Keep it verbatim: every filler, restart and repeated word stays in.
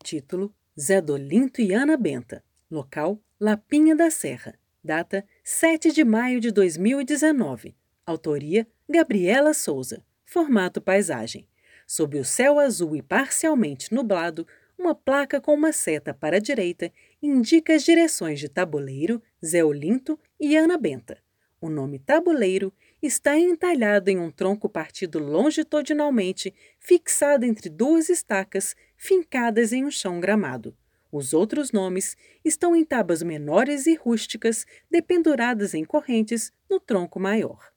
Título: Zé Dolinto e Ana Benta. Local: Lapinha da Serra. Data: sete de maio de dois mil e dezenove. Autoria: Gabriela Souza. Formato: paisagem. Sob o céu azul e parcialmente nublado, uma placa com uma seta para a direita indica as direções de Tabuleiro, Zé Olinto e Ana Benta. O nome Tabuleiro está entalhado em um tronco partido longitudinalmente, fixado entre duas estacas fincadas em um chão gramado. Os outros nomes estão em tábuas menores e rústicas, dependuradas em correntes no tronco maior.